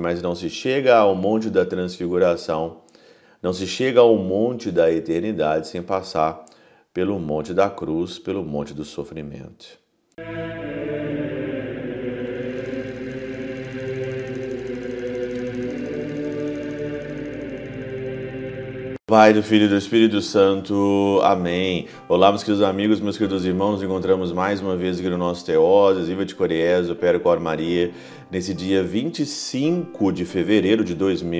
mas não se chega ao monte da transfiguração, não se chega ao monte da eternidade sem passar pelo monte da cruz, pelo monte do sofrimento. Pai, do Filho e do Espírito Santo. Amém. Olá, meus queridos amigos, meus queridos irmãos, nos encontramos mais uma vez aqui no nosso Teoses, Viva de Coriés, o Péro Cor Maria, nesse dia 25 de fevereiro de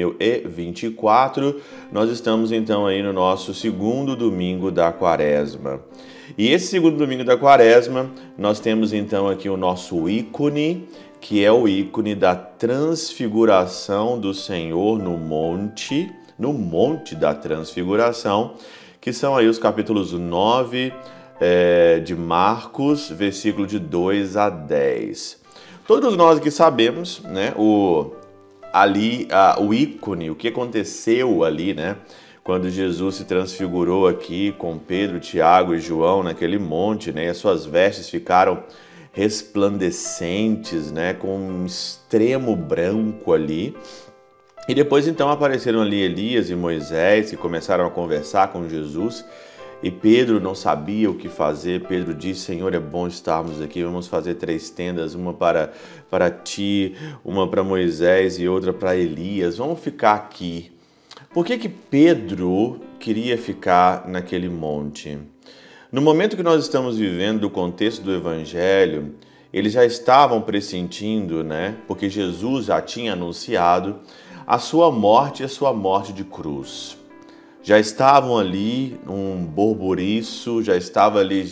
2024. Nós estamos então aí no nosso segundo domingo da Quaresma. E esse segundo domingo da Quaresma, nós temos então aqui o nosso ícone, que é o ícone da transfiguração do Senhor no monte da Transfiguração, que são aí os capítulos 9 de Marcos, versículo de 2 a 10. Todos nós aqui sabemos, né, o ícone, o que aconteceu ali, né, quando Jesus se transfigurou aqui com Pedro, Tiago e João naquele monte, né, e as suas vestes ficaram resplandecentes, né, com um extremo branco ali. E depois então apareceram ali Elias e Moisés, que começaram a conversar com Jesus, e Pedro não sabia o que fazer. Pedro disse: Senhor, é bom estarmos aqui, vamos fazer 3 tendas, uma para ti, uma para Moisés e outra para Elias, vamos ficar aqui. Por que Pedro queria ficar naquele monte? No momento que nós estamos vivendo, do contexto do Evangelho, eles já estavam pressentindo, né? Porque Jesus já tinha anunciado a sua morte e a sua morte de cruz. Já estavam ali um borbuliço, já estava ali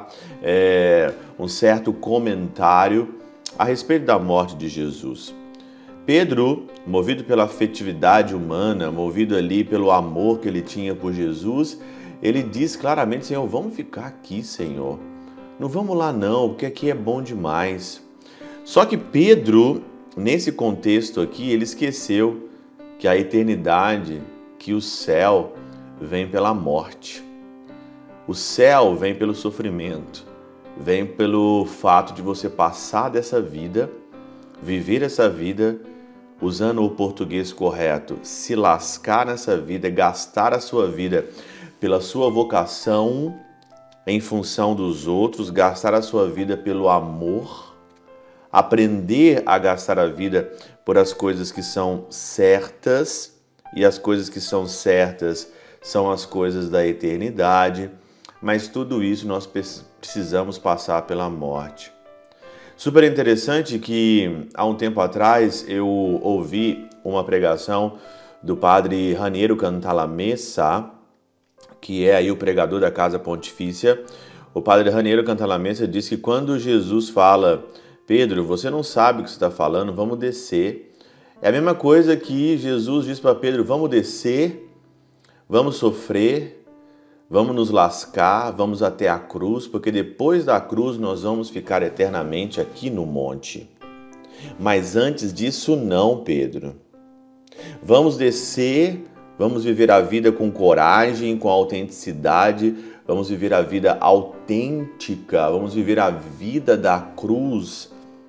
um certo comentário a respeito da morte de Jesus. Pedro, movido pela afetividade humana, movido ali pelo amor que ele tinha por Jesus, ele diz claramente: Senhor, vamos ficar aqui, Senhor. Não vamos lá não, porque aqui é bom demais. Só que Pedro, nesse contexto aqui, ele esqueceu que a eternidade, que o céu vem pela morte. O céu vem pelo sofrimento, vem pelo fato de você passar dessa vida, viver essa vida, usando o português correto, se lascar nessa vida, gastar a sua vida pela sua vocação em função dos outros, gastar a sua vida pelo amor, aprender a gastar a vida por as coisas que são certas, e as coisas que são certas são as coisas da eternidade, mas tudo isso nós precisamos passar pela morte. Super interessante que há um tempo atrás eu ouvi uma pregação do padre Raniero Cantalamessa, que é aí o pregador da Casa Pontifícia. O padre Raniero Cantalamessa diz que quando Jesus fala: Pedro, você não sabe o que você está falando, vamos descer. É a mesma coisa que Jesus diz para Pedro: vamos descer, vamos sofrer, vamos nos lascar, vamos até a cruz, porque depois da cruz nós vamos ficar eternamente aqui no monte. Mas antes disso não, Pedro. Vamos descer, vamos viver a vida com coragem, com autenticidade, vamos viver a vida autêntica, vamos viver a vida da cruz,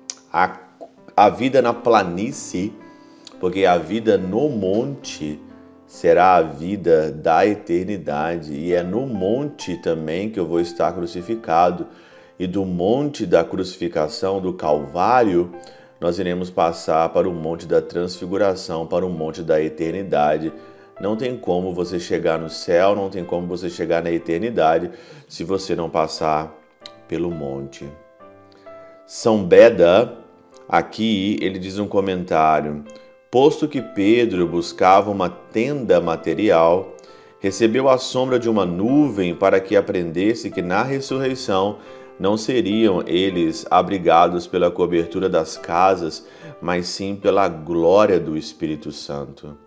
a vida na planície, porque a vida no monte será a vida da eternidade, e é no monte também que eu vou estar crucificado, e do monte da crucificação, do Calvário, nós iremos passar para o monte da transfiguração, para o monte da eternidade. Não tem como você chegar no céu, não tem como você chegar na eternidade se você não passar pelo monte. São Beda, aqui ele diz um comentário: posto que Pedro buscava uma tenda material, recebeu a sombra de uma nuvem para que aprendesse que na ressurreição não seriam eles abrigados pela cobertura das casas, mas sim pela glória do Espírito Santo.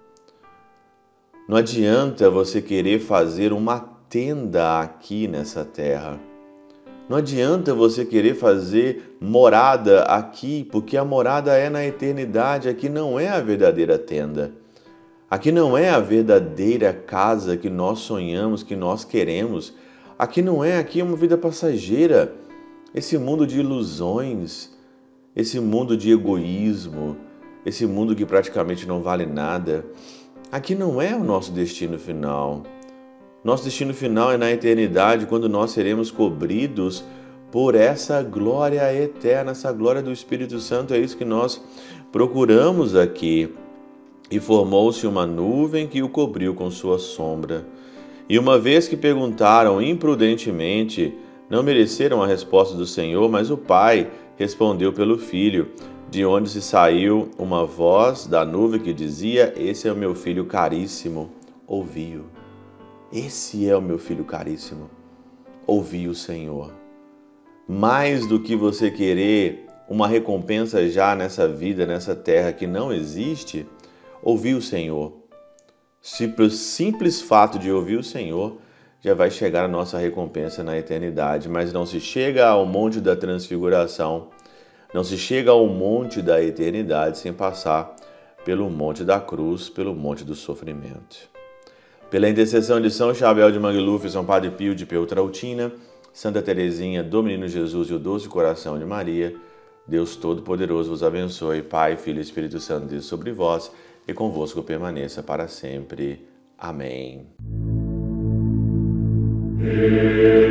Não adianta você querer fazer uma tenda aqui nessa terra. Não adianta você querer fazer morada aqui, porque a morada é na eternidade. Aqui não é a verdadeira tenda. Aqui não é a verdadeira casa que nós sonhamos, que nós queremos. Aqui não é, aqui é uma vida passageira. Esse mundo de ilusões, esse mundo de egoísmo, esse mundo que praticamente não vale nada. Aqui não é o nosso destino final. Nosso destino final é na eternidade, quando nós seremos cobridos por essa glória eterna, essa glória do Espírito Santo. É isso que nós procuramos aqui. E formou-se uma nuvem que o cobriu com sua sombra. E uma vez que perguntaram imprudentemente, não mereceram a resposta do Senhor, mas o Pai respondeu pelo Filho, de onde se saiu uma voz da nuvem que dizia: Esse é o meu Filho caríssimo, ouvi-o. Esse é o meu Filho caríssimo, ouvi o Senhor. Mais do que você querer uma recompensa já nessa vida, nessa terra que não existe, ouvir o Senhor. Se pelo simples fato de ouvir o Senhor, já vai chegar a nossa recompensa na eternidade. Mas não se chega ao monte da transfiguração, não se chega ao monte da eternidade sem passar pelo monte da cruz, pelo monte do sofrimento. Pela intercessão de São Chabel de Mangluf, São Padre Pio de Peltrautina, Santa Teresinha do Menino Jesus e o Doce Coração de Maria, Deus Todo-Poderoso vos abençoe, Pai, Filho e Espírito Santo, Deus sobre vós, e convosco permaneça para sempre. Amém.